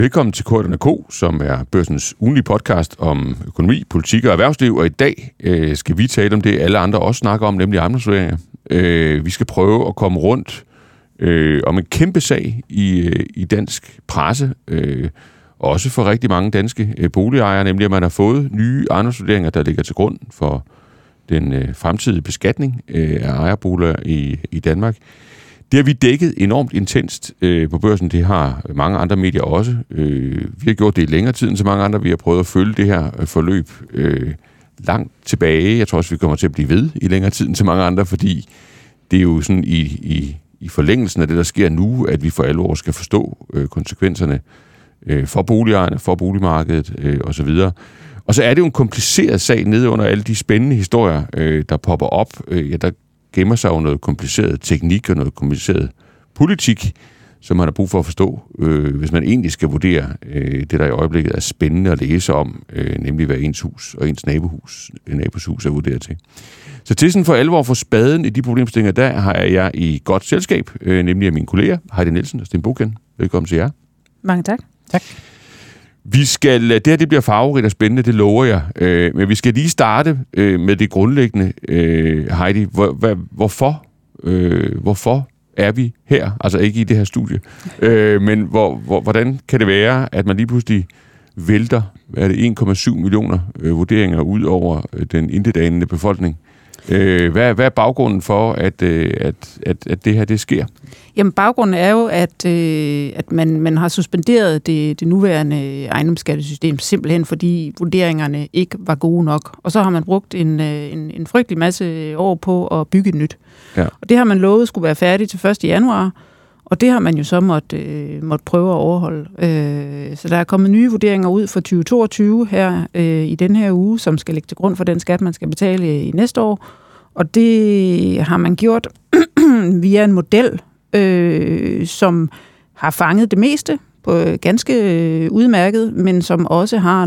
Velkommen til K, som er Børsens ugenlige podcast om økonomi, politik og erhvervsliv. Og i dag skal vi tale om det, alle andre også snakker om, nemlig ejendomsvurderinger. Vi skal prøve at komme rundt om en kæmpe sag i dansk presse, også for rigtig mange danske boligejere, nemlig at man har fået nye ejendomsvurderinger, der ligger til grund for den fremtidige beskatning af ejerboliger i Danmark. Det har vi dækket enormt intenst på børsen. Det har mange andre medier også. Vi har gjort det i længere tid end så mange andre. Vi har prøvet at følge det her forløb langt tilbage. Jeg tror også, vi kommer til at blive ved i længere tid end så mange andre, fordi det er jo sådan i forlængelsen af det, der sker nu, at vi for alvor skal forstå konsekvenserne for boligejerne, for boligmarkedet osv. Og så er det jo en kompliceret sag nede under alle de spændende historier, der popper op. Der gemmer sig jo noget kompliceret teknik og noget kompliceret politik, som man har brug for at forstå, hvis man egentlig skal vurdere det, der i øjeblikket er spændende at læse om, nemlig hvad ens hus og ens nabos hus er vurderet til. Så til sådan for alvor for spaden i de problemstillinger, der har jeg i godt selskab, nemlig af mine kolleger, Heidi Nielsen og Sten Boken. Velkommen til jer. Mange tak. Tak. Det her bliver farverigt og spændende, det lover jeg. Men vi skal lige starte med det grundlæggende, Heidi. Hvorfor er vi her? Altså ikke i det her studie. Men hvordan kan det være, at man lige pludselig vælter 1,7 millioner vurderinger ud over den intetanende befolkning? Hvad er baggrunden for, at det her det sker? Jamen, baggrunden er jo, at man har suspenderet det nuværende ejendomsskattesystem, simpelthen fordi vurderingerne ikke var gode nok. Og så har man brugt en frygtelig masse år på at bygge et nyt. Ja. Og det har man lovet skulle være færdigt til 1. januar, og det har man jo så måtte prøve at overholde. Så der er kommet nye vurderinger ud for 2022 her i den her uge, som skal ligge til grund for den skat, man skal betale i næste år. Og det har man gjort via en model, som har fanget det meste på ganske udmærket, men som også har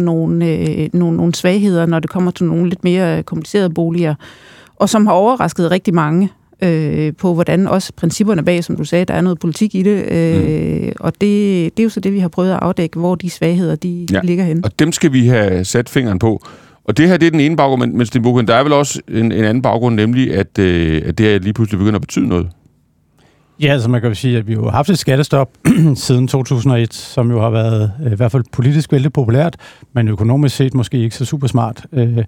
nogle svagheder, når det kommer til nogle lidt mere komplicerede boliger, og som har overrasket rigtig mange på, hvordan også principperne bag, som du sagde, der er noget politik i det, og det er jo så det, vi har prøvet at afdække, hvor de svagheder, de ligger henne. Og dem skal vi have sat fingeren på. Og det her, det er den ene baggrund, men Sten Boken, der er vel også en anden baggrund, nemlig at det her lige pludselig begynder at betyde noget. Ja, altså man kan jo sige, at vi jo har haft et skattestop siden 2001, som jo har været i hvert fald politisk vældig populært, men økonomisk set måske ikke så super smart.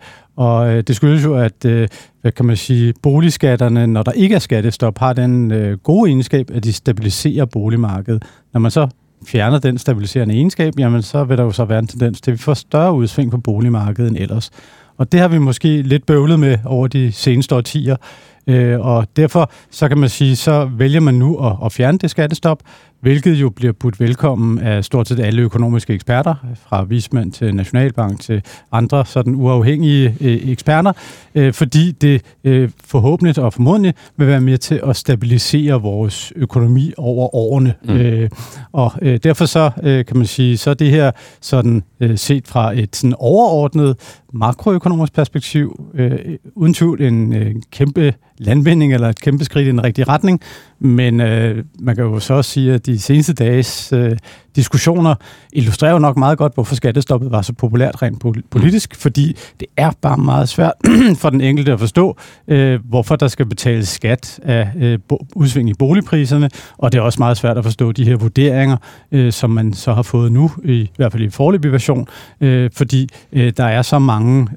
Og det skyldes jo, at hvad kan man sige, boligskatterne, når der ikke er skattestop, har den gode egenskab, at de stabiliserer boligmarkedet. Når man så fjerner den stabiliserende egenskab, jamen så vil der jo så være en tendens til, at vi får større udsving på boligmarkedet end ellers. Og det har vi måske lidt bøvlet med over de seneste årtier. Og derfor, så kan man sige, så vælger man nu at fjerne det skattestop, hvilket jo bliver budt velkommen af stort set alle økonomiske eksperter, fra vismænd til Nationalbank til andre sådan uafhængige eksperter, fordi det forhåbentlig og formodentlig vil være med til at stabilisere vores økonomi over årene. Og derfor så kan man sige, så det her sådan set fra et sådan overordnet makroøkonomisk perspektiv, uden tvivl en kæmpe landvinding eller et kæmpe skridt i den rigtige retning, men man kan jo så også sige, at de seneste dages diskussioner illustrerer jo nok meget godt, hvorfor skattestoppet var så populært rent politisk, fordi det er bare meget svært for den enkelte at forstå, hvorfor der skal betales skat af udsving i boligpriserne, og det er også meget svært at forstå de her vurderinger, som man så har fået nu, i hvert fald i foreløbig version, fordi der er så mange,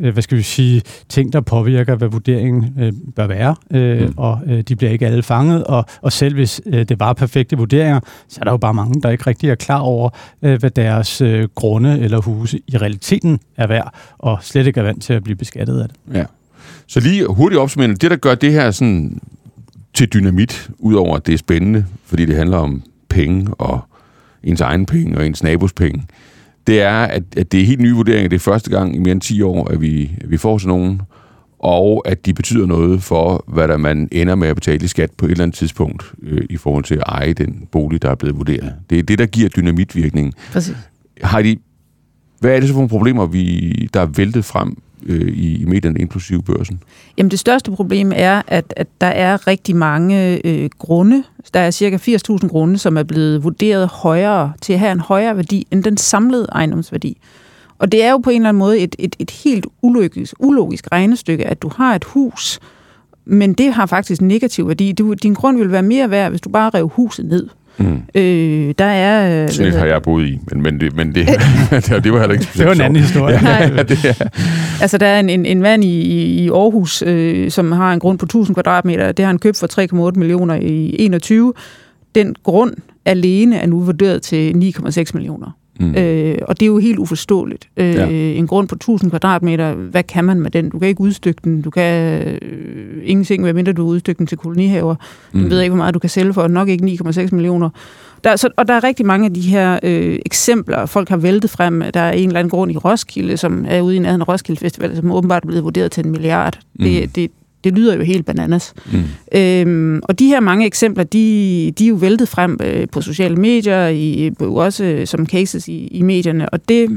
ting, der påvirker, hvad vurderingen bør være, og de bliver ikke alle fanget, og selv hvis det var perfekte vurderinger, så er der jo bare mange, der ikke rigtig er klar over, hvad deres grunde eller huse i realiteten er værd, og slet ikke er vant til at blive beskattet af det. Ja. Så lige hurtigt opsummering. Det, der gør det her sådan til dynamit, udover at det er spændende, fordi det handler om penge og ens egen penge og ens nabos penge, det er, at det er helt nye vurderinger. Det er første gang i mere end 10 år, at vi får sådan nogen, og at de betyder noget for, hvad der man ender med at betale i skat på et eller andet tidspunkt i forhold til at eje den bolig, der er blevet vurderet. Det er det, der giver dynamitvirkningen. Præcis. Heidi, Hvad er det så for nogle problemer, der er væltet frem i medierne, inklusive børsen? Jamen det største problem er, at der er rigtig mange grunde. Der er cirka 80.000 grunde, som er blevet vurderet højere til at have en højere værdi end den samlede ejendomsværdi. Og det er jo på en eller anden måde et helt ulogisk regnestykke, at du har et hus, men det har faktisk negativ værdi. Din grund vil være mere værd, hvis du bare rev huset ned. Der er... Sådan et har jeg boet i, men det det var heller ikke specielt. Det var en anden historie. Nej. Altså, der er en mand i Aarhus, som har en grund på 1000 kvadratmeter. Det har han købt for 3,8 millioner i 21. Den grund alene er nu vurderet til 9,6 millioner. Og det er jo helt uforståeligt. En grund på 1000 kvadratmeter, hvad kan man med den? Du kan ikke udstykke den. Du kan ingenting, medmindre du udstykker den til kolonihaver. Jeg ved ikke, hvor meget du kan sælge for. Nok ikke 9,6 millioner. Og der er rigtig mange af de her eksempler, folk har væltet frem. Der er en eller anden grund i Roskilde, som er ude i nærheden af Roskilde Festival, som åbenbart er blevet vurderet til 1 milliard. Det lyder jo helt bananas. Og de her mange eksempler, de er jo væltet frem på sociale medier, også som cases i medierne, og det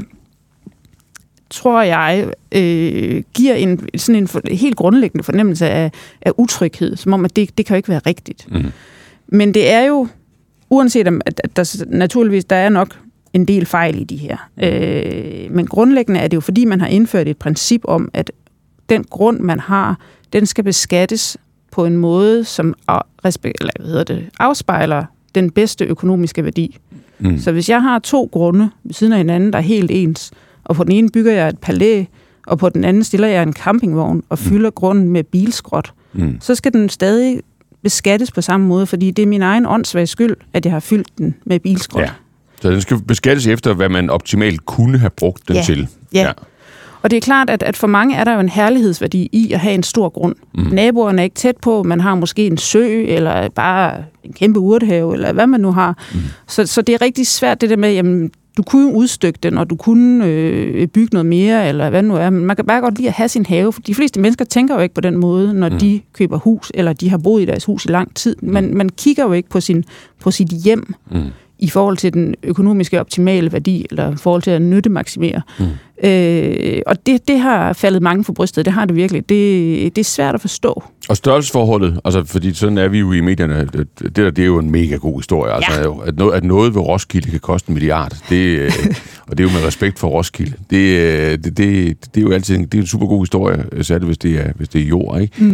tror jeg giver en helt grundlæggende fornemmelse af utryghed, som om, at det kan jo ikke være rigtigt. Men det er jo, uanset at der naturligvis, der er nok en del fejl i de her, men grundlæggende er det jo, fordi man har indført et princip om, at den grund, man har, den skal beskattes på en måde, som afspejler den bedste økonomiske værdi. Så hvis jeg har 2 grunde ved siden af hinanden, der er helt ens, og på den ene bygger jeg et palæ, og på den anden stiller jeg en campingvogn og fylder grunden med bilskrot, så skal den stadig beskattes på samme måde, fordi det er min egen åndssvage skyld, at jeg har fyldt den med bilskrot. Ja. Så den skal beskattes efter, hvad man optimalt kunne have brugt den til. Ja. Og det er klart, at for mange er der jo en herlighedsværdi i at have en stor grund. Naboerne er ikke tæt på, man har måske en sø, eller bare en kæmpe urtehave, eller hvad man nu har. Så det er rigtig svært det der med, jamen, du kunne udstykke den, og du kunne bygge noget mere, eller hvad nu er. Men man kan bare godt lide at have sin have, for de fleste mennesker tænker jo ikke på den måde, når de køber hus, eller de har boet i deres hus i lang tid. Man kigger jo ikke på sit hjem, i forhold til den økonomiske optimale værdi, eller i forhold til at nyttemaksimere. Og det har faldet mange for brystet. Det har det virkelig. Det er svært at forstå. Og størrelsesforholdet, altså fordi sådan er vi jo i medierne, det er jo en mega god historie. Altså, at noget ved Roskilde kan koste 1 milliard, og det er jo med respekt for Roskilde. Det er jo altid en super god historie, særligt hvis det er jord, ikke?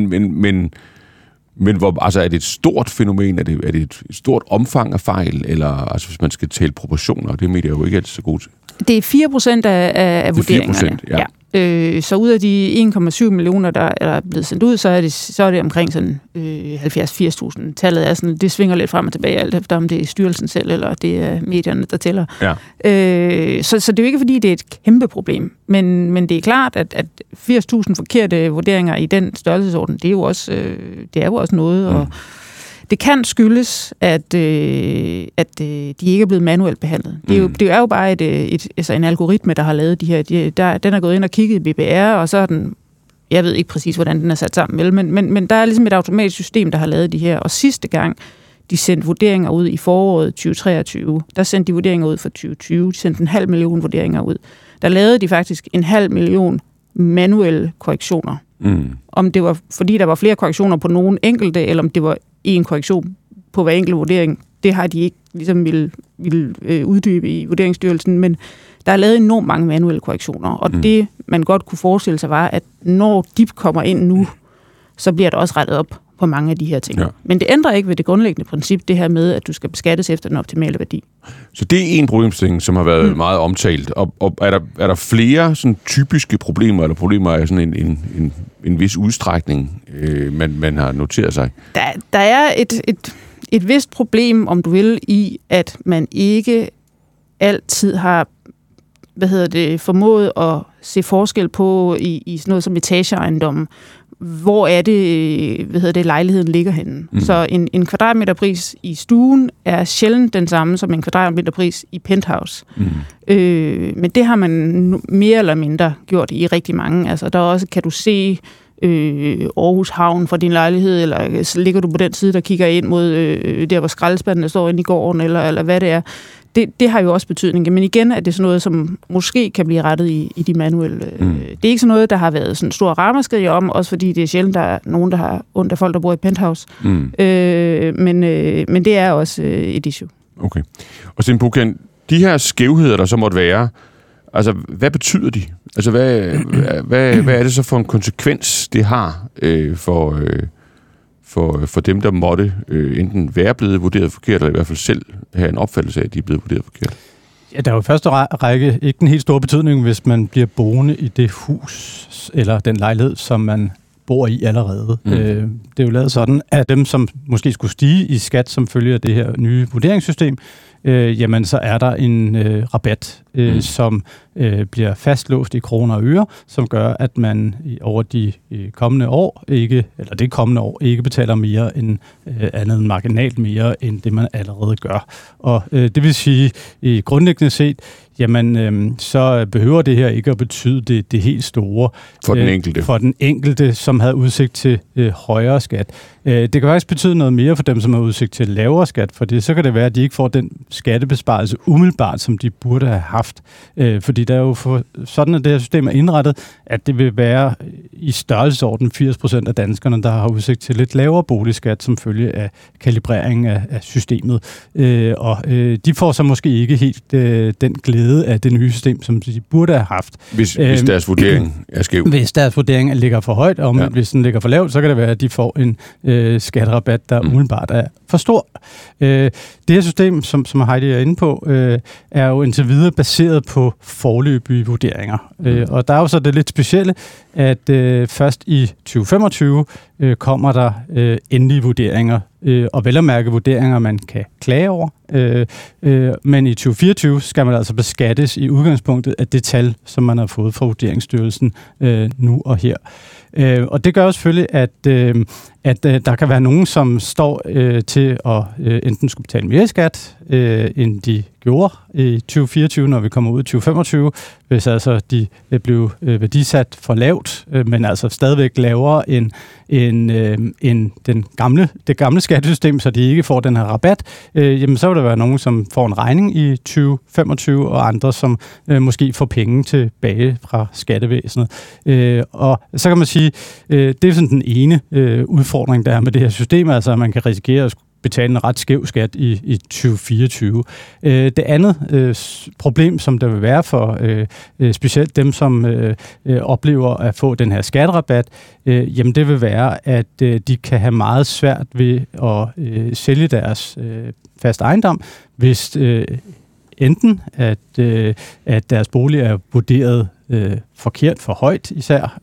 Men hvor, altså, er det et stort fænomen? Er det et stort omfang af fejl? Eller altså, hvis man skal tælle proportioner, det er medier jo ikke altid så gode til. Det er 4% af vurderingerne. 4%, ja. Så ud af de 1,7 millioner, der er blevet sendt ud, så er det omkring sådan 70-80.000. Tallet er sådan, det svinger lidt frem og tilbage, alt efter om det er styrelsen selv, eller det er medierne, der tæller. Ja. Så det er jo ikke, fordi det er et kæmpe problem. Men det er klart, at 80.000 forkerte vurderinger i den størrelsesorden, det er jo også noget, og det kan skyldes, at de ikke er blevet manuelt behandlet. Det er jo bare en algoritme, der har lavet de her. Den er gået ind og kigget i BBR, og så er den... Jeg ved ikke præcis, hvordan den er sat sammen, men der er ligesom et automatisk system, der har lavet de her. Og sidste gang, de sendte vurderinger ud i foråret 2023, der sendte de vurderinger ud for 2020. De sendte 500.000 vurderinger ud. Der lavede de faktisk 500.000 manuelle korrektioner. Om det var, fordi der var flere korrektioner på nogle enkelte, eller om det var en korrektion på hver enkelt vurdering, det har de ikke ligesom ville uddybe i Vurderingsstyrelsen, men der er lavet enormt mange manuelle korrektioner, og det, man godt kunne forestille sig, var, at når de kommer ind nu, så bliver der også rettet op på mange af de her ting. Ja. Men det ændrer ikke ved det grundlæggende princip, det her med, at du skal beskattes efter den optimale værdi. Så det er en problemstilling, som har været meget omtalt. Og er der flere sådan typiske problemer, eller problemer af sådan en vis udstrækning, man har noteret sig? Der er et vist problem, om du vil, i at man ikke altid har formået at se forskel på i sådan noget som etageejendommen. Hvor er det, lejligheden ligger henne. Så en kvadratmeterpris i stuen er sjældent den samme som en kvadratmeterpris i penthouse. Men det har man mere eller mindre gjort i rigtig mange. Altså der også kan du se Aarhus Havn fra din lejlighed, eller ligger du på den side, der kigger ind mod der, hvor skraldespandene står inde i gården, eller hvad det er. det har jo også betydning. Men igen er det sådan noget, som måske kan blive rettet i de manuelle. Det er ikke sådan noget, der har været sådan stor ramaskrig om, også fordi det er sjældent, der er nogen, der har ondt af folk, der bor i penthouse. Men det er også et issue. Okay. Og Sten Buchan, de her skævheder, der så måtte være, altså, hvad betyder de? Altså, hvad er det så for en konsekvens, det har for dem, der måtte enten være blevet vurderet forkert, eller i hvert fald selv have en opfattelse af, at de er blevet vurderet forkert? Ja, der er jo i første række ikke en helt stor betydning, hvis man bliver boende i det hus eller den lejlighed, som man bor i allerede. Det er jo lavet sådan, at dem, som måske skulle stige i skat, som følger det her nye vurderingssystem, jamen så er der en rabat, som bliver fastlåst i kroner og øre, som gør, at man over de kommende år ikke betaler mere end andet end marginalt mere end det man allerede gør. Og det vil sige, i grundlæggende set, jamen så behøver det her ikke at betyde det helt store for den enkelte. For den enkelte, som havde udsigt til højere skat. Det kan faktisk betyde noget mere for dem, som har udsigt til lavere skat, for så kan det være, at de ikke får den skattebesparelse umiddelbart, som de burde have haft. Fordi der er jo sådan, at det her system er indrettet, at det vil være i størrelsesorden 80% af danskerne, der har udsigt til lidt lavere boligskat, som følge af kalibreringen af systemet. Og de får så måske ikke helt den glæde af det nye system, som de burde have haft. Hvis deres vurdering er skæv. Hvis deres vurdering ligger for højt, og hvis den ligger for lavt, så kan det være, at de får en skatterabat, der umiddelbart er for stor. Det her system, som Heidi er inde på, er jo indtil videre baseret på foreløbige vurderinger. Og der er jo så det lidt specielle, at først i 2025 kommer der endelige vurderinger, og vel at mærke vurderinger, man kan klage over. Men i 2024 skal man altså beskattes i udgangspunktet af det tal, som man har fået fra Vurderingsstyrelsen nu og her. Og det gør selvfølgelig, at der kan være nogen, som står til at enten skulle betale mere skat, end de gjorde i 2024, når vi kommer ud i 2025, hvis altså de blev værdisat for lavt, men altså stadigvæk lavere end det gamle skattesystem, så de ikke får den her rabat, jamen så vil der være nogen, som får en regning i 2025, og andre, som måske får penge tilbage fra skattevæsenet. Og så kan man sige, det er sådan den ene udfordring, der er med det her system, altså at man kan risikere at betale en ret skæv skat i 2024. Det andet problem, som der vil være for specielt dem, som oplever at få den her skatterabat, jamen det vil være, at de kan have meget svært ved at sælge deres fast ejendom, hvis enten at deres bolig er vurderet forkert, for højt især,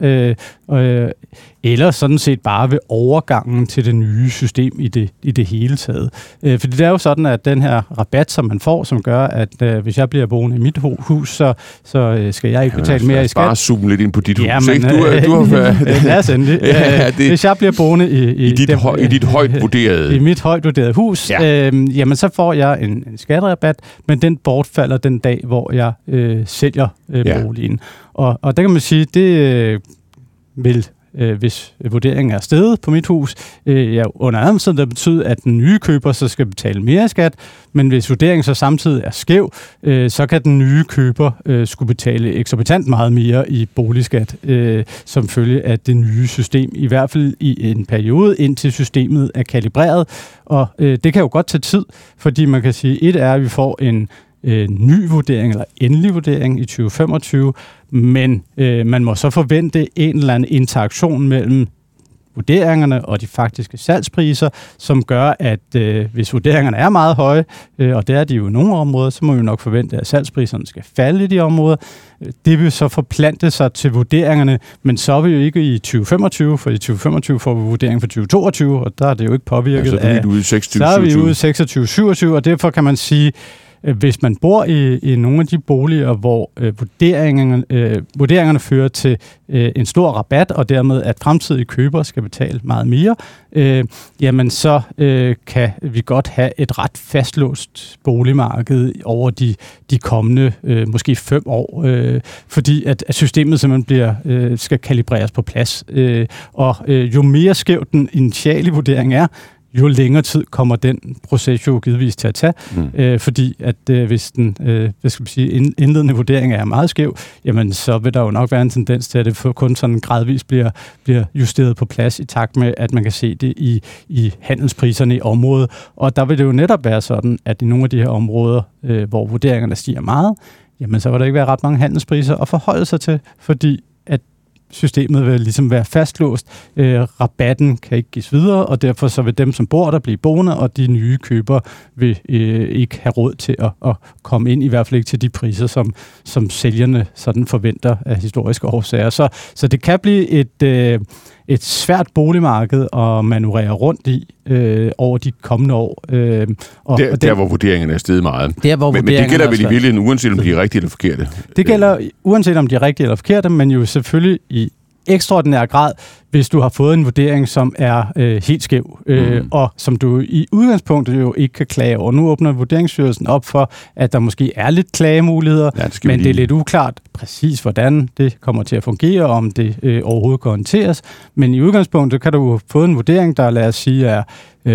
eller sådan set bare ved overgangen til det nye system i det hele taget. Fordi det er jo sådan, at den her rabat, som man får, som gør, at hvis jeg bliver boende i mit hus, så skal jeg ikke betale mere i skat. Bare zoome lidt ind på dit hus. Men, lad os endelig. Hvis jeg bliver boende i dit højt vurderede... I mit højt vurderede hus, jamen så får jeg en skatterabat, men den bortfalder den dag, hvor jeg sælger boligen. Og der kan man sige, det vil, hvis vurderingen er steget på mit hus, under andre omstændigheder betyder, at den nye køber så skal betale mere skat, men hvis vurderingen så samtidig er skæv, så kan den nye køber skulle betale eksorbitant meget mere i boligskat, som følge af det nye system, i hvert fald i en periode, indtil systemet er kalibreret. Og det kan jo godt tage tid, fordi man kan sige, et er, at vi får en ny vurdering eller endelig vurdering i 2025, men man må så forvente en eller anden interaktion mellem vurderingerne og de faktiske salgspriser, som gør, at hvis vurderingerne er meget høje, og det er de jo i nogle områder, så må vi nok forvente, at salgspriserne skal falde i de områder. Det vil så forplante sig til vurderingerne, men så er vi jo ikke i 2025, for i 2025 får vi vurdering for 2022, og der er det jo ikke påvirket af... Så er vi ude 26-27, og derfor kan man sige, hvis man bor i nogle af de boliger, hvor vurderingerne fører til en stor rabat, og dermed at fremtidige købere skal betale meget mere, jamen så kan vi godt have et ret fastlåst boligmarked over de kommende måske 5 år, fordi at systemet simpelthen skal kalibreres på plads. Og jo mere skævt den initiale vurdering er, jo længere tid kommer den proces jo givetvis til at tage, fordi at hvis den indledende vurdering er meget skæv, jamen så vil der jo nok være en tendens til, at det kun sådan gradvist bliver justeret på plads i takt med, at man kan se det i handelspriserne i området. Og der vil det jo netop være sådan, at i nogle af de her områder, hvor vurderingerne stiger meget, jamen så vil der ikke være ret mange handelspriser at forholde sig til, fordi at systemet vil ligesom være fastlåst. Rabatten kan ikke gives videre, og derfor så vil dem, som bor der, blive boende, og de nye købere vil ikke have råd til at komme ind, i hvert fald ikke til de priser, som sælgerne sådan forventer af historiske årsager. Så det kan blive et svært boligmarked at manøvrere rundt i over de kommende år. Der, hvor vurderingerne er steget meget. Men det gælder vel i virkeligheden, uanset om de er rigtige eller forkerte? Det gælder uanset om de er rigtige eller forkerte, men jo selvfølgelig i ekstraordinær grad, hvis du har fået en vurdering, som er helt skæv, og som du i udgangspunktet jo ikke kan klage over. Nu åbner Vurderingsstyrelsen op for, at der måske er lidt klagemuligheder, men det er lidt uklart præcis, hvordan det kommer til at fungere, om det overhovedet kan håndteres. Men i udgangspunktet kan du få en vurdering, der lad os sige er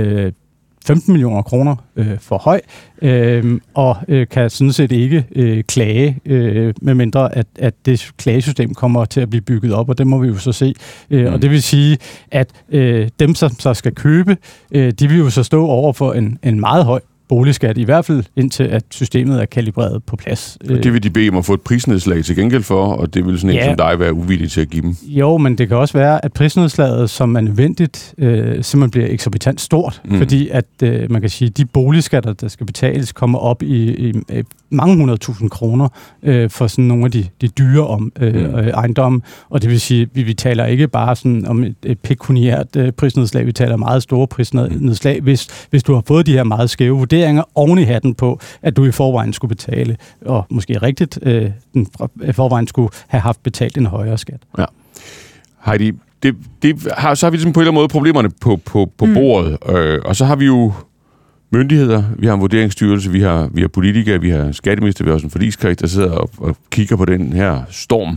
15 millioner kroner for høj, og kan sådan set ikke klage, medmindre at det klagesystem kommer til at blive bygget op, og det må vi jo så se. Og det vil sige, at dem, som så skal købe, de vil jo så stå over for en meget høj boligskat, i hvert fald indtil at systemet er kalibreret på plads. Og det vil de bede om at få et prisnedslag til gengæld for, og det vil sådan en som dig være uvillig til at give dem? Jo, men det kan også være, at prisnedslaget, som er nødvendigt, simpelthen bliver eksorbitant stort, fordi at man kan sige, at de boligskatter, der skal betales, kommer op i mange 100.000 kroner for sådan nogle af de dyre ejendomme, og det vil sige, at vi taler ikke bare sådan om et pekuniært prisnedslag, vi taler meget store prisnedslag, hvis du har fået de her meget skæve vurderinger oven i hatten på, at du i forvejen skulle betale, og måske rigtigt, i forvejen skulle have haft betalt en højere skat. Ja. Heidi, så har vi ligesom på en eller anden måde problemerne på bordet, og så har vi jo myndigheder, vi har en vurderingsstyrelse, vi har politikere, vi har skatteminister, vi har også en forligskreds, der sidder og kigger på den her storm.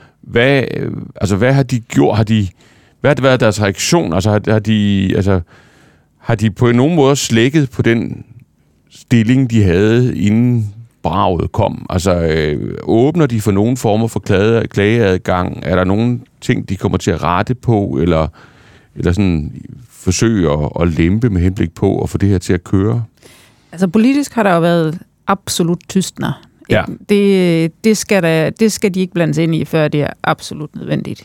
Hvad har de gjort? Hvad har været deres reaktion? Har de på nogen måde slækket på den stilling, de havde, inden braget kom? Åbner de for nogen former for klageadgang? Er der nogen ting, de kommer til at rette på, eller sådan forsøge at lempe med henblik på at få det her til at køre? Politisk har der jo været absolut tystner. Ja. Det skal de ikke blandes ind i, før det er absolut nødvendigt.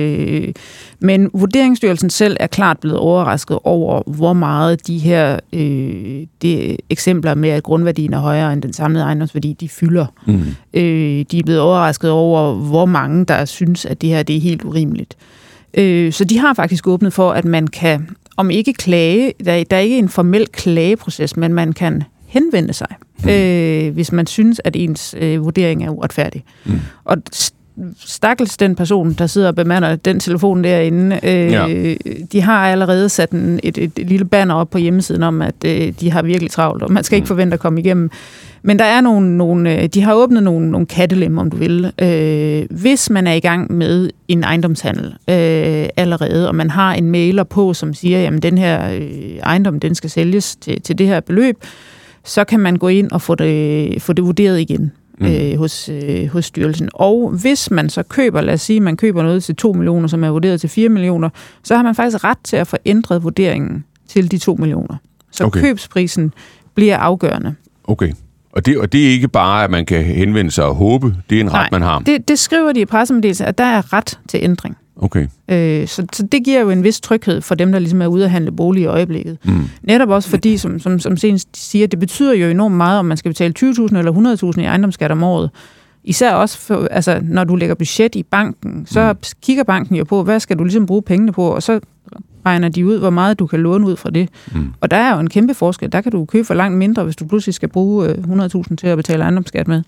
Men Vurderingsstyrelsen selv er klart blevet overrasket over, hvor meget de her eksempler med, at grundværdien er højere end den samlede ejendomsværdi, de fylder. De er blevet overrasket over, hvor mange, der synes, at det her det er helt urimeligt. Så de har faktisk åbnet for, at man kan, om ikke klage, der er ikke en formel klageproces, men man kan henvende sig, hvis man synes, at ens vurdering er uretfærdig. Og stakkels den person, der sidder og bemander den telefon derinde, de har allerede sat et lille banner op på hjemmesiden om, at de har virkelig travlt, og man skal ikke forvente at komme igennem. Men der er de har åbnet nogle kattelem, om du vil. Hvis man er i gang med en ejendomshandel allerede, og man har en mailer på, som siger, jamen den her ejendom, den skal sælges til det her beløb, så kan man gå ind og få det vurderet igen hos styrelsen. Og hvis man så køber, lad os sige, man køber noget til 2 millioner, som er vurderet til 4 millioner, så har man faktisk ret til at få ændret vurderingen til de 2 millioner. Så købsprisen bliver afgørende. Okay. Og det er ikke bare, at man kan henvende sig og håbe, det er en ret, man har? Det skriver de i pressemeddelelsen, at der er ret til ændring. Okay. Så det giver jo en vis tryghed for dem, der ligesom er ude at handle bolig i øjeblikket. Netop også fordi, som senest siger, det betyder jo enormt meget, om man skal betale 20.000 eller 100.000 i ejendomsskat om året. Især også, når du lægger budget i banken, så kigger banken jo på, hvad skal du ligesom bruge pengene på, og så regner de ud, hvor meget du kan låne ud fra det. Og der er jo en kæmpe forskel. Der kan du købe for langt mindre, hvis du pludselig skal bruge 100.000 til at betale ejendomsskat med.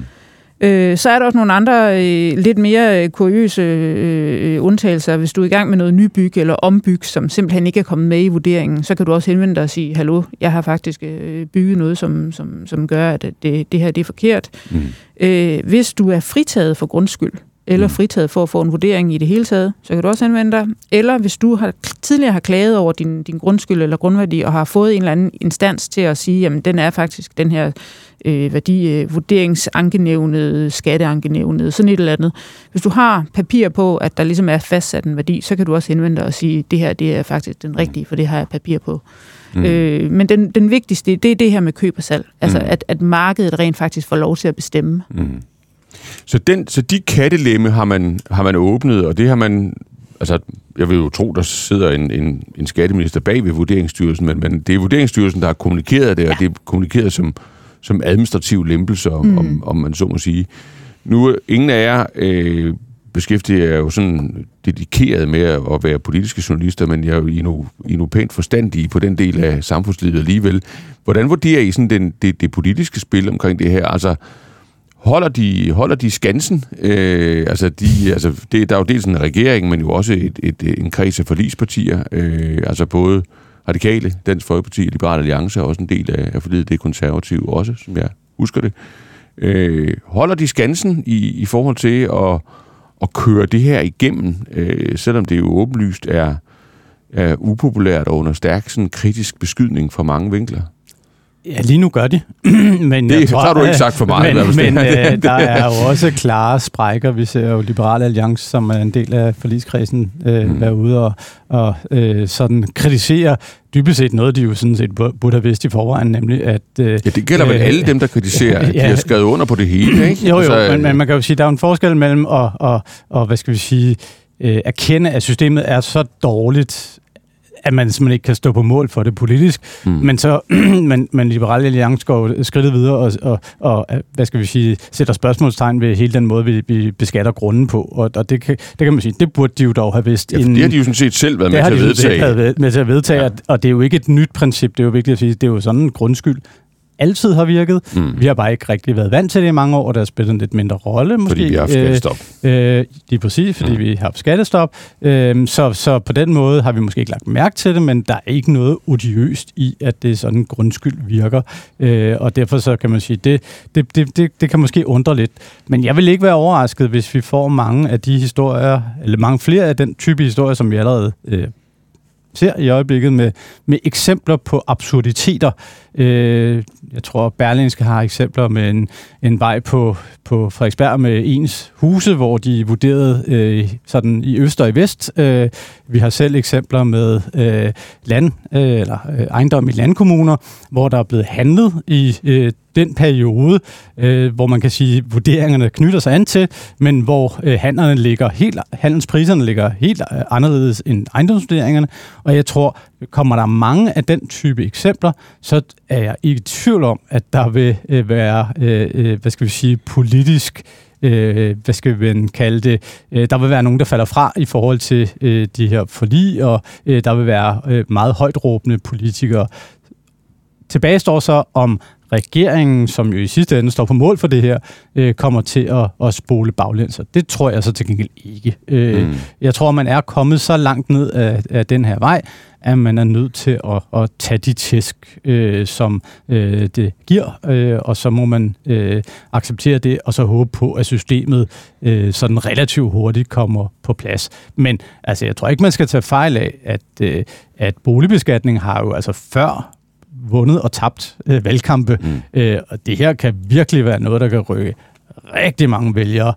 Så er der også nogle andre lidt mere kuriøse undtagelser. Hvis du er i gang med noget nybyg eller ombyg, som simpelthen ikke er kommet med i vurderingen, så kan du også henvende dig og sige, hallo, jeg har faktisk bygget noget, som gør, at det her det er forkert. Hvis du er fritaget for grundskyld, eller fritaget for at få en vurdering i det hele taget, så kan du også henvende dig. Eller hvis du tidligere har klaget over din grundskyld eller grundværdi, og har fået en eller anden instans til at sige, jamen den er faktisk den her vurderingsankenævnet, skatteankenævnet, sådan et eller andet. Hvis du har papir på, at der ligesom er fastsat en værdi, så kan du også henvende dig og sige, det her det er faktisk den rigtige, for det har jeg papir på. Men den vigtigste, det er det her med køb og salg. Altså at markedet rent faktisk får lov til at bestemme. Så de kattelemme har man åbnet, og det har man... Altså, jeg vil jo tro, der sidder en skatteminister bag ved Vurderingsstyrelsen, men det er Vurderingsstyrelsen, der har kommunikeret det, og det er kommunikeret som administrativ lempelse, om man så må sige. Nu, ingen af jer beskæftiger jer jo sådan dedikeret med at være politiske journalister, men jeg er jo I nu pænt forstandige på den del af samfundslivet alligevel. Hvordan vurderer I sådan det politiske spil omkring det her? Altså, holder de skansen? Der er jo dels en regering, men jo også en kreds af forligspartier, altså både Radikale, Dansk Folkeparti og Liberal Alliance er også en del af forliget, det er Konservative også, som jeg husker det. Holder de skansen i forhold til at køre det her igennem, selvom det jo åbenlyst er upopulært og under stærk sådan kritisk beskydning fra mange vinkler? Ja, lige nu gør de. Men det har du ikke sagt for meget. Men der er jo også klare sprækker. Vi ser jo Liberal Alliance, som er en del af forligskredsen, være ude og sådan kritisere dybest set noget, de jo sådan set burde have vidst i forvejen, nemlig at... det gælder vel alle dem, der kritiserer, de har skrevet under på det hele, ikke? Jo, men man kan jo sige, der er en forskel mellem at hvad skal vi sige, erkende, at systemet er så dårligt, at man simpelthen ikke kan stå på mål for det politisk. Men Liberal Alliance går skridtet videre og hvad skal vi sige, sætter spørgsmålstegn ved hele den måde, vi beskatter grunden på. Og det kan man sige, det burde de jo dog have vidst. Ja, det har de jo sådan set selv været med til at vedtage. Ja. Og det er jo ikke et nyt princip, det er jo vigtigt at sige, det er jo sådan en grundskyld altid har virket. Vi har bare ikke rigtig været vant til det i mange år, og der har spillet en lidt mindre rolle, måske. Fordi vi har haft skattestop. Det er præcis, fordi vi har haft skattestop. Så på den måde har vi måske ikke lagt mærke til det, men der er ikke noget odiøst i, at det sådan en grundskyld virker. Og derfor så kan man sige, det kan måske undre lidt. Men jeg vil ikke være overrasket, hvis vi får mange af de historier, eller mange flere af den type historier, som vi allerede ser i øjeblikket med eksempler på absurditeter. Jeg tror, Berlingske har eksempler med en vej på Frederiksberg med ens huse, hvor de vurderede sådan i øst og i vest. Vi har selv eksempler med ejendom i landkommuner, hvor der er blevet handlet i den periode, hvor man kan sige, vurderingerne knytter sig an til, men hvor handelspriserne ligger helt anderledes end ejendomsvurderingerne. Og jeg tror, kommer der mange af den type eksempler, så er jeg ikke i tvivl om, at der vil være, politisk, hvad skal vi kalde det, der vil være nogen, der falder fra i forhold til de her forlig, og der vil være meget højtråbende politikere. Tilbage står så om regeringen, som jo i sidste ende står på mål for det her, kommer til at spole baglæns. Det tror jeg så til gengæld ikke. Jeg tror, man er kommet så langt ned af den her vej, at man er nødt til at tage de tæsk, som det giver, og så må man acceptere det, og så håbe på, at systemet sådan relativt hurtigt kommer på plads. Men altså, jeg tror ikke, man skal tage fejl af, at boligbeskatning har jo altså før vundet og tabt valgkampe, og det her kan virkelig være noget, der kan rykke rigtig mange vælgere.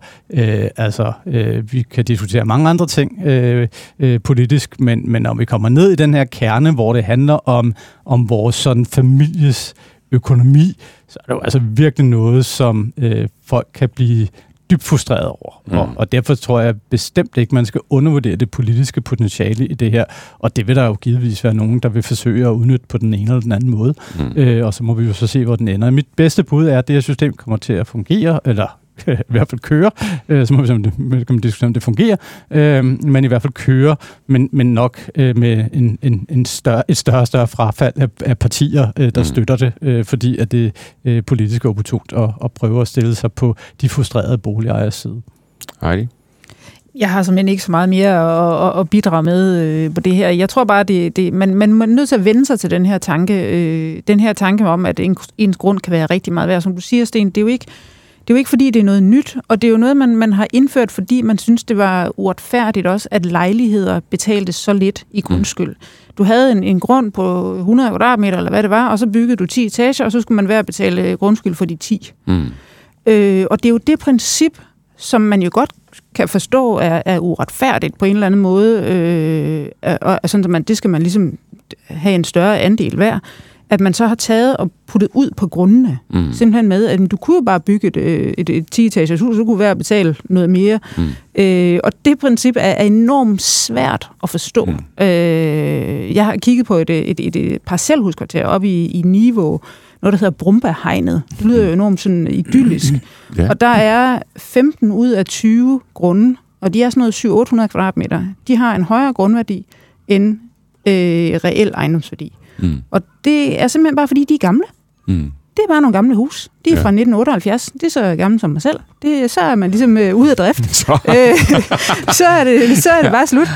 Vi kan diskutere mange andre ting politisk, men når vi kommer ned i den her kerne, hvor det handler om vores sådan families økonomi, så er det jo altså virkelig noget, som folk kan blive dybt frustreret over. Og derfor tror jeg bestemt ikke, man skal undervurdere det politiske potentiale i det her. Og det vil der jo givetvis være nogen, der vil forsøge at udnytte på den ene eller den anden måde. Og så må vi jo så se, hvor den ender. Mit bedste bud er, at det her system kommer til at fungere, eller i hvert fald køre. Så må vi diskutere, om det fungerer. Men i hvert fald køre, men nok med et større frafald af partier, der støtter det, fordi at det er politisk opportunt at prøve at stille sig på de frustrerede boligejers side. Heidi? Jeg har simpelthen ikke så meget mere at bidrage med på det her. Jeg tror bare, man er nødt til at vende sig til den her tanke om, at ens grund kan være rigtig meget værd. Som du siger, Sten, det er jo ikke, fordi det er noget nyt, og det er jo noget, man har indført, fordi man synes, det var uretfærdigt også, at lejligheder betalte så lidt i grundskyld. Du havde en grund på 100 kvadratmeter, eller hvad det var, og så byggede du 10 etager, og så skulle man hver betale grundskyld for de 10. Og det er jo det princip, som man jo godt kan forstå er uretfærdigt på en eller anden måde, og sådan, at det skal man ligesom have en større andel hver, at man så har taget og puttet ud på grundene. Simpelthen med, at du kunne jo bare bygge et 10-etagers hus, så kunne hver betale noget mere. Og det princip er enormt svært at forstå. Jeg har kigget på et parcelhuskvarter oppe i Niveau, noget, der hedder Brumbahegnet. Det lyder jo enormt sådan idyllisk. Ja. Og der er 15 ud af 20 grunde, og de er sådan noget 700-800 kvadratmeter. De har en højere grundværdi end reel ejendomsværdi. Og det er simpelthen bare, fordi de er gamle. Det er bare nogle gamle hus. De er fra 1978. Det er så gamle som mig selv. Så er man ligesom ude af drift. Så er det bare slut.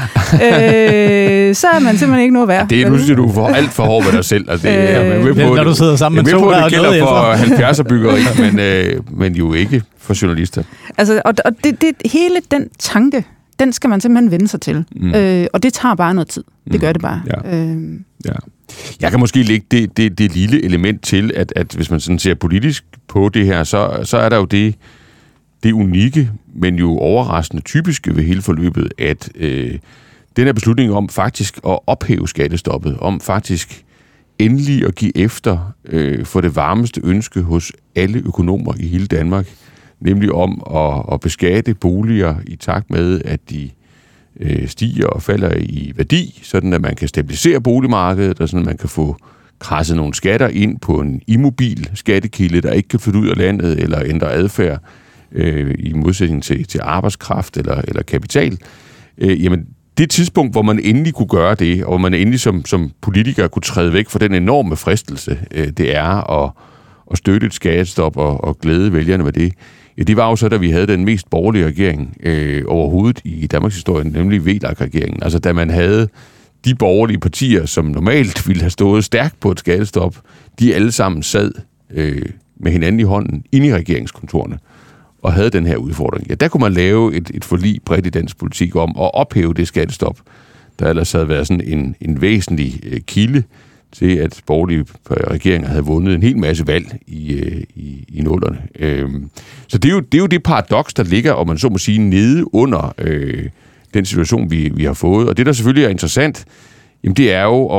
Så er man simpelthen ikke noget værd. Det er nu, synes du får alt for hårdt med dig selv. Altså, når du sidder sammen med to, der er noget. Det gælder for 70'er byggeri, men jo ikke for journalister. Altså, og hele den tanke, den skal man simpelthen vende sig til. Og det tager bare noget tid. Det gør det bare. Ja. Jeg kan måske lægge det lille element til, at hvis man sådan ser politisk på det her, så er der jo det unikke, men jo overraskende typiske ved hele forløbet, at den her beslutning om faktisk at ophæve skattestoppet, om faktisk endelig at give efter for det varmeste ønske hos alle økonomer i hele Danmark, nemlig om at beskatte boliger i takt med, at de stiger og falder i værdi, sådan at man kan stabilisere boligmarkedet, og sådan at man kan få kradset nogle skatter ind på en immobil skattekilde, der ikke kan flytte ud af landet eller ændre adfærd i modsætning til arbejdskraft eller kapital. Jamen, det tidspunkt, hvor man endelig kunne gøre det, og hvor man endelig som politiker kunne træde væk fra den enorme fristelse, det er at støtte et skattestop og glæde vælgerne med det. Ja, det var jo så, da vi havde den mest borgerlige regering overhovedet i Danmarks historie, nemlig VLAK-regeringen. Altså, da man havde de borgerlige partier, som normalt ville have stået stærkt på et skattestop, de alle sammen sad med hinanden i hånden inde i regeringskontorene og havde den her udfordring. Ja, der kunne man lave et forlig bredt i dansk politik om at ophæve det skattestop, der ellers havde været sådan en væsentlig kilde til, at borgerlige regeringer havde vundet en hel masse valg i nullerne. Så det er jo det paradoks, der ligger, om man så må sige, nede under den situation, vi har fået. Og det, der selvfølgelig er interessant, jamen det er jo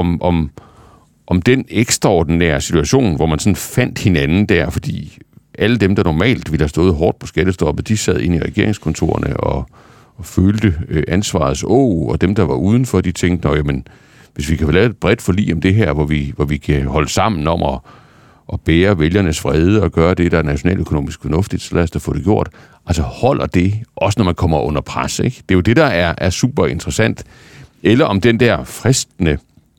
om den ekstraordinære situation, hvor man sådan fandt hinanden der, fordi alle dem, der normalt ville have stået hårdt på skattestoppet, de sad inde i regeringskontorerne og følte ansvarets og dem, der var udenfor, de tænkte, jamen, hvis vi kan lave et bredt forlig om det her, hvor vi kan holde sammen om at bære vælgernes vrede og gøre det, der er nationaløkonomisk fornuftigt, så lad os da få det gjort. Altså holder det, også når man kommer under pres, ikke? Det er jo det, der er super interessant. Eller om den der fristende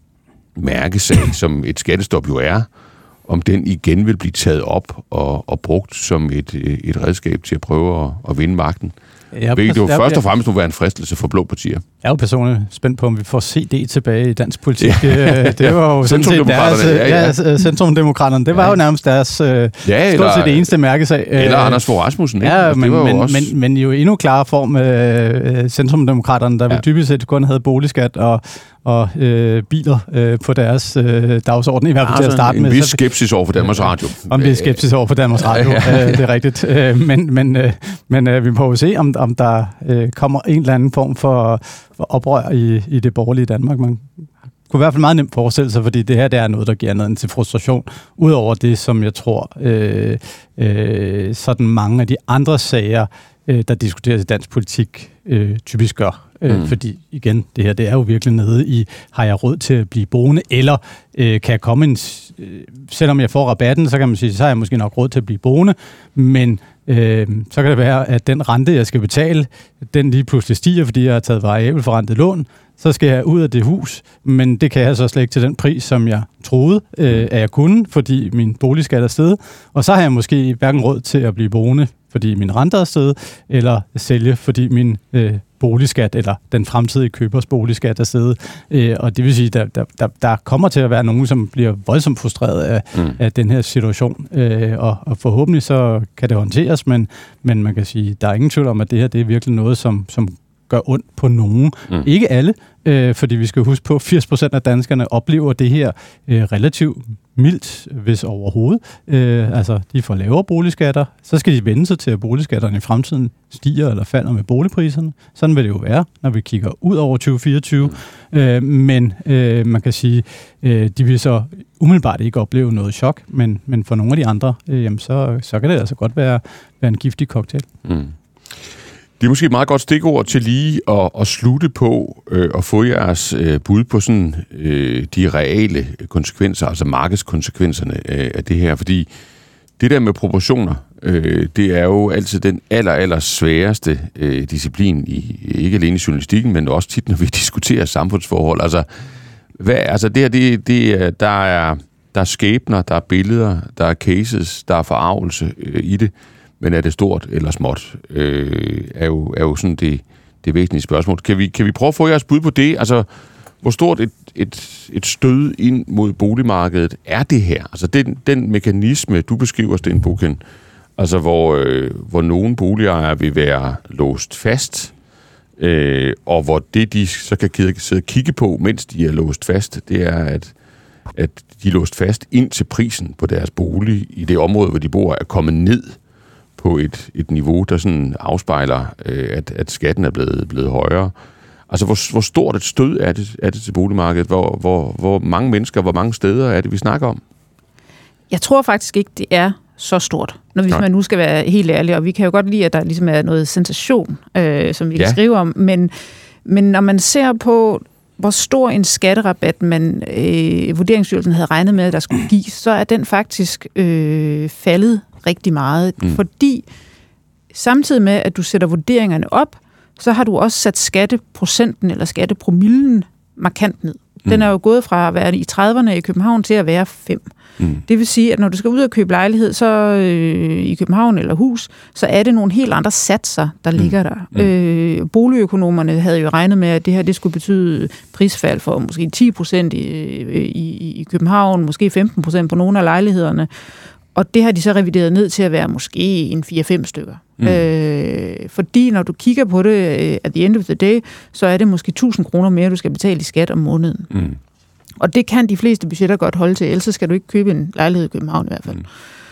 mærkesag, som et skattestop jo er, om den igen vil blive taget op og brugt som et redskab til at prøve at vinde magten. Hvilket jo først og fremmest må være en fristelse for blå partier. Jeg er jo personligt spændt på, om vi får CD tilbage i dansk politik. Det var jo Centrumdemokraterne. Det var jo nærmest deres stort set det eneste mærkesag. Eller Anders Fogh Rasmussen. Ikke? Ja, men jo endnu klarere form Centrumdemokraterne, der dybest set kun havde boligskat og biler på deres dagsorden, i hvert fald til at starte med. En vis skepsis over for Danmarks Radio. En vis skepsis over for Danmarks Radio, det er rigtigt. Men vi må jo se, om der kommer en eller anden form for oprør i det borgerlige Danmark. Man kunne i hvert fald meget nemt forestille sig, fordi det her det er noget, der giver noget til frustration, udover det, som jeg tror, sådan mange af de andre sager, der diskuteres i dansk politik, typisk gør. Fordi igen, det her det er jo virkelig nede i, har jeg råd til at blive boende, eller kan jeg komme selvom jeg får rabatten, så kan man sige, så har jeg måske nok råd til at blive boende, men så kan det være, at den rente, jeg skal betale, den lige pludselig stiger, fordi jeg har taget variabelforrentet lån, så skal jeg ud af det hus, men det kan jeg så slet ikke til den pris, som jeg troede, at jeg kunne, fordi min boligskat er steget, og så har jeg måske hverken råd til at blive boende, fordi min rente er steget, eller sælge, fordi min boligskat, eller den fremtidige købers boligskat er steget. Og det vil sige, der kommer til at være nogen, som bliver voldsomt frustreret af den her situation. Og forhåbentlig så kan det håndteres, men man kan sige, der er ingen tvivl om, at det her det er virkelig noget, som gør ondt på nogen. Ikke alle, fordi vi skal huske på, at 80% af danskerne oplever det her relativt mildt, hvis overhovedet. Altså, de får lavere boligskatter, så skal de vende sig til, at boligskatterne i fremtiden stiger eller falder med boligpriserne. Sådan vil det jo være, når vi kigger ud over 2024. Men man kan sige, de vil så umiddelbart ikke opleve noget chok, men for nogle af de andre, jamen så kan det altså godt være en giftig cocktail. Det er måske et meget godt stikord til lige at slutte på og få jeres bud på sådan de reale konsekvenser, altså markedskonsekvenserne af det her, fordi det der med proportioner, det er jo altid den aller sværeste disciplin, ikke alene i journalistikken, men også tit, når vi diskuterer samfundsforhold. Altså det her, der er skæbner, der er billeder, der er cases, der er forarvelse i det. Men er det stort eller småt, er jo sådan det væsentlige spørgsmål. Kan vi prøve at få jeres bud på det? Altså, hvor stort et stød ind mod boligmarkedet er det her? Altså, den mekanisme, du beskriver, Sten Boken, altså hvor nogle boligejere vil være låst fast, og hvor det, de så kan sidde og kigge på, mens de er låst fast, det er, at de er låst fast ind til prisen på deres bolig i det område, hvor de bor, er kommet ned på et niveau, der sådan afspejler, at skatten er blevet højere. Altså, hvor stort et stød er det til boligmarkedet? Hvor mange mennesker, hvor mange steder er det, vi snakker om? Jeg tror faktisk ikke, det er så stort, hvis man nu skal være helt ærlig. Og vi kan jo godt lide, at der ligesom er noget sensation, som vi kan skrive om. Men når man ser på, hvor stor en skatterabat Vurderingsstyrelsen havde regnet med, at der skulle gives, så er den faktisk faldet rigtig meget. Fordi samtidig med, at du sætter vurderingerne op, så har du også sat skatteprocenten eller skattepromillen markant ned. Den er jo gået fra at være i 30'erne i København til at være 5. Det vil sige, at når du skal ud og købe lejlighed så i København eller hus, så er det nogle helt andre satser, der ligger der. Boligøkonomerne havde jo regnet med, at det her det skulle betyde prisfald for måske 10% i København, måske 15% på nogle af lejlighederne. Og det har de så revideret ned til at være måske en 4-5 stykker. Fordi når du kigger på det at the end of the day, så er det måske 1.000 kroner mere, du skal betale i skat om måneden. Og det kan de fleste budgetter godt holde til, ellers skal du ikke købe en lejlighed i København i hvert fald.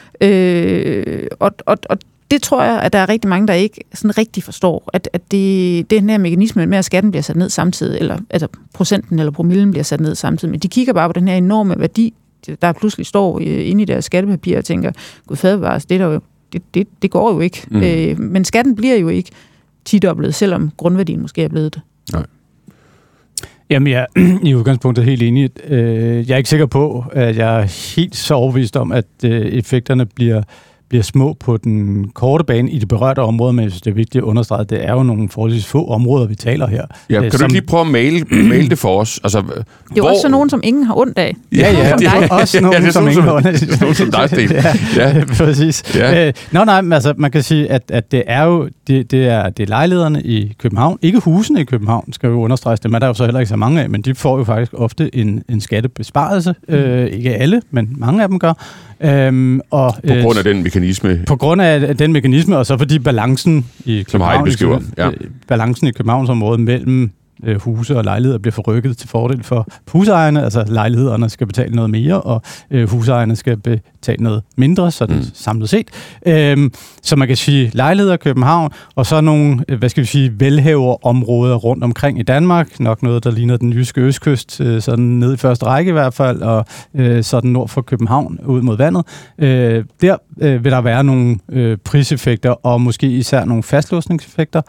Og det tror jeg, at der er rigtig mange, der ikke sådan rigtig forstår, at den her mekanisme med, at skatten bliver sat ned samtidig, eller altså procenten eller promillen bliver sat ned samtidig, men de kigger bare på den her enorme værdi, der pludselig står inde i deres skattepapir og tænker, gud fadervares, det går jo ikke. Men skatten bliver jo ikke tidoblet, selvom grundværdien måske er blevet det. Nej. Jamen, jeg er i udgangspunktet helt enig. Jeg er ikke sikker på, at jeg er helt så overbevist om, at effekterne bliver små på den korte bane i det berørte område, men jeg synes, det er vigtigt at understrege, at det er jo nogle forholdsvis få områder, vi taler her. Ja, kan du lige prøve at maile det for os? Altså, det er også nogen, som ingen har ondt af. Ja, det er også nogen, som ingen har ondt af. Det er nogen som dig, Sten. Ja, præcis. Ja. Men altså, man kan sige, at det er jo det er lejlighederne i København, ikke husene i København, skal jo understreges. Dem er der jo så heller ikke så mange af, men de får jo faktisk ofte en skattebesparelse. Ikke alle, men mange af dem gør. Og, på grund af den mekanisme. På grund af den mekanisme, og så fordi balancen i balancen i Københavnsområdet mellem huse og lejligheder bliver forrykket til fordel for husejerne, altså lejlighederne skal betale noget mere, og husejerne skal betale noget mindre, sådan samlet set. Så man kan sige lejligheder i København, og så nogle, velhaverområder rundt omkring i Danmark, nok noget, der ligner den jyske østkyst, sådan ned i første række i hvert fald, og sådan nord for København, ud mod vandet. Der vil der være nogle priseffekter, og måske især nogle fastlåsningseffekter,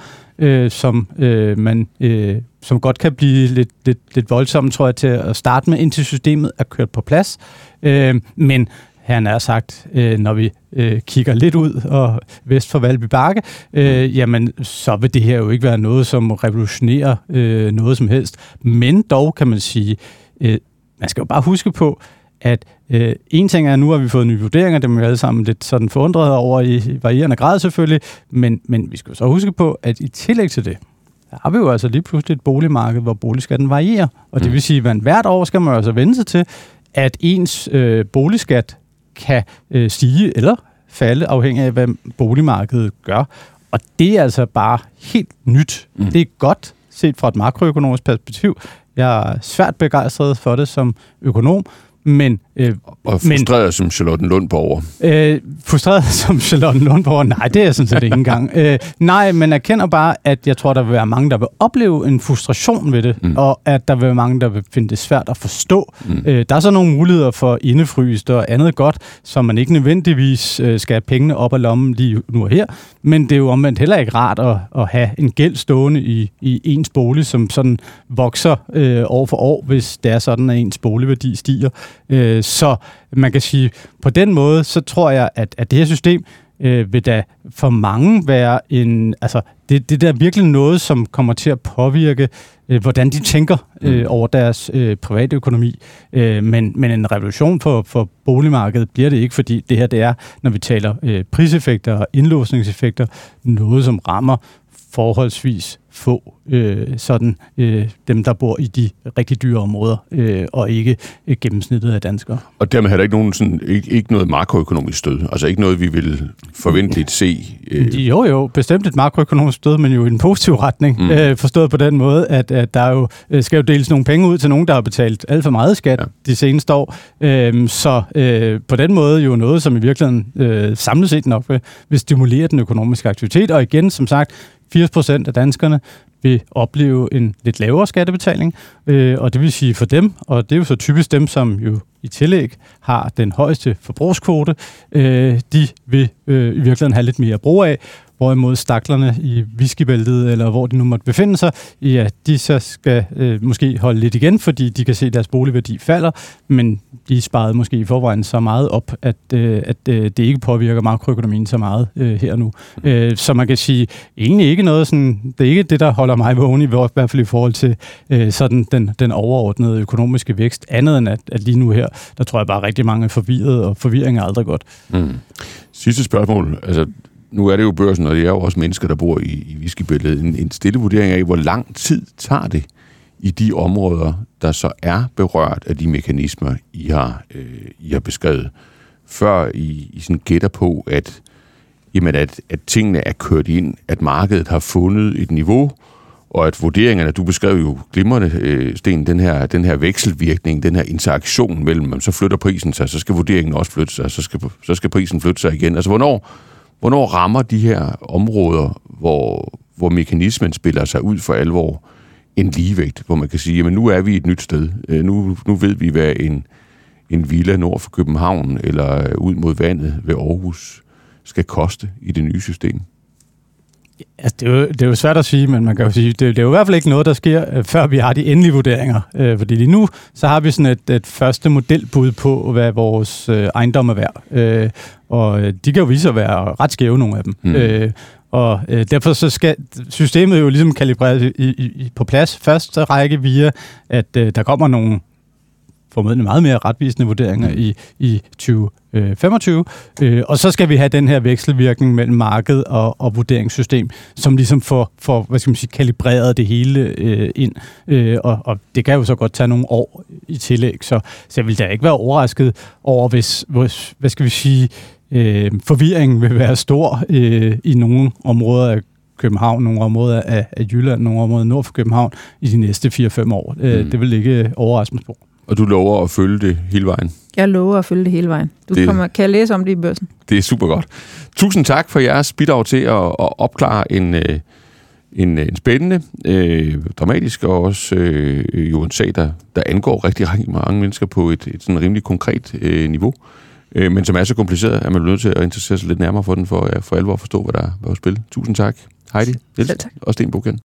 som godt kan blive lidt voldsomt, tror jeg, til at starte med, indtil systemet er kørt på plads. Men han har sagt, når vi kigger lidt ud og vest for Valby Bakke, jamen så vil det her jo ikke være noget, som revolutionerer noget som helst. Men dog kan man sige, man skal jo bare huske på, at en ting er, nu har vi fået nye vurderinger, dem er vi alle sammen lidt sådan forundrede over i varierende grad selvfølgelig, men vi skal jo så huske på, at i tillæg til det, der har vi jo altså lige pludselig et boligmarked, hvor boligskatten varierer, og det vil sige, at hvert år skal man jo altså vende sig til, at ens boligskat kan stige eller falde, afhængig af, hvad boligmarkedet gør. Og det er altså bare helt nyt. Det er godt set fra et makroøkonomisk perspektiv. Jeg er svært begejstret for det som økonom, men... og frustreret som Charlotte Lundborger. Frustreret som Charlotte Lundborger? Nej, det er jeg sådan set ikke engang. Nej, men erkender bare, at jeg tror, der vil være mange, der vil opleve en frustration ved det, og at der vil være mange, der vil finde det svært at forstå. Der er så nogle muligheder for indefryst og andet godt, som man ikke nødvendigvis skal have pengene op af lommen lige nu og her, men det er jo omvendt heller ikke rart at have en gæld stående i ens bolig, som sådan vokser år for år, hvis det er sådan, at ens boligværdi stiger. Så man kan sige, på den måde, så tror jeg, at det her system vil da for mange være det der virkelig noget, som kommer til at påvirke, hvordan de tænker over deres private økonomi. Men en revolution for boligmarkedet bliver det ikke, fordi det her, det er, når vi taler priseffekter og indlåsningseffekter, noget, som rammer forholdsvis få dem, der bor i de rigtig dyre områder, og ikke gennemsnittet af danskere. Og dermed har der ikke nogen ikke noget makroøkonomisk stød. Altså ikke noget, vi vil forventeligt se. Jo, bestemt et makroøkonomisk stød, men jo i en positiv retning. Forstået på den måde, at der jo skal jo deles nogle penge ud til nogen, der har betalt alt for meget skat de seneste år. Så på den måde jo noget, som i virkeligheden samlet set nok vil stimulere den økonomiske aktivitet. Og igen, som sagt, 80% af danskerne vil opleve en lidt lavere skattebetaling, og det vil sige for dem, og det er jo så typisk dem, som jo i tillæg har den højeste forbrugskvote, de vil i virkeligheden have lidt mere brug af, hvorimod staklerne i whiskybæltet, eller hvor de nu måtte befinde sig, ja, de så skal måske holde lidt igen, fordi de kan se, at deres boligværdi falder, men de sparede måske i forvejen så meget op, at det ikke påvirker makroøkonomien så meget her nu. Så man kan sige, egentlig ikke noget sådan, det er ikke det, der holder mig vågen, i hvert fald i forhold til sådan den overordnede økonomiske vækst, andet end at lige nu her, der tror jeg bare rigtig mange er forvirret, og forvirring er aldrig godt. Sidste spørgsmål, altså nu er det jo børsen, og det er jo også mennesker, der bor i whiskybæltet. En stille vurdering af, hvor lang tid tager det i de områder, der så er berørt af de mekanismer, I har beskrevet, før I sådan gætter på, at tingene er kørt ind, at markedet har fundet et niveau, og at vurderingerne, du beskrev jo glimrende, Sten, den her vekselvirkning, den her interaktion mellem, så flytter prisen sig, så skal vurderingen også flytte sig, så skal prisen flytte sig igen. Altså, hvornår rammer de her områder, hvor mekanismen spiller sig ud for alvor, en ligevægt, hvor man kan sige, jamen nu er vi et nyt sted. Nu ved vi, hvad en villa nord for København eller ud mod vandet ved Aarhus skal koste i det nye system. Altså, det er jo svært at sige, men man kan jo sige, det er jo i hvert fald ikke noget, der sker, før vi har de endelige vurderinger. Fordi lige nu, så har vi sådan et første modelbud på, hvad vores ejendom er værd. Og de kan jo vise sig at være ret skæve, nogle af dem. Og derfor så skal systemet jo ligesom kalibreres på plads første række via, at der kommer nogle formodentlig meget mere retvisende vurderinger i 2025. Og så skal vi have den her vekselvirkning mellem marked og vurderingssystem, som ligesom får hvad skal man sige, kalibreret det hele ind. Og det kan jo så godt tage nogle år i tillæg, så jeg vil da ikke være overrasket over, hvis hvad skal vi sige, forvirringen vil være stor i nogle områder af København, nogle områder af Jylland, nogle områder nord for København i de næste 4-5 år. Det vil ikke overraske mig på. Og du lover at følge det hele vejen? Jeg lover at følge det hele vejen. Kan jeg læse om det i børsen? Det er super godt. Tusind tak for jeres bidrag til at opklare en spændende, dramatisk og også jo en sag, der angår rigtig mange mennesker på et sådan rimelig konkret niveau, men som er så kompliceret, at man bliver nødt til at interessere sig lidt nærmere for den, for alvor at forstå, hvad der er på spil. Tusind tak, Heidi, Niels og Sten Buchan.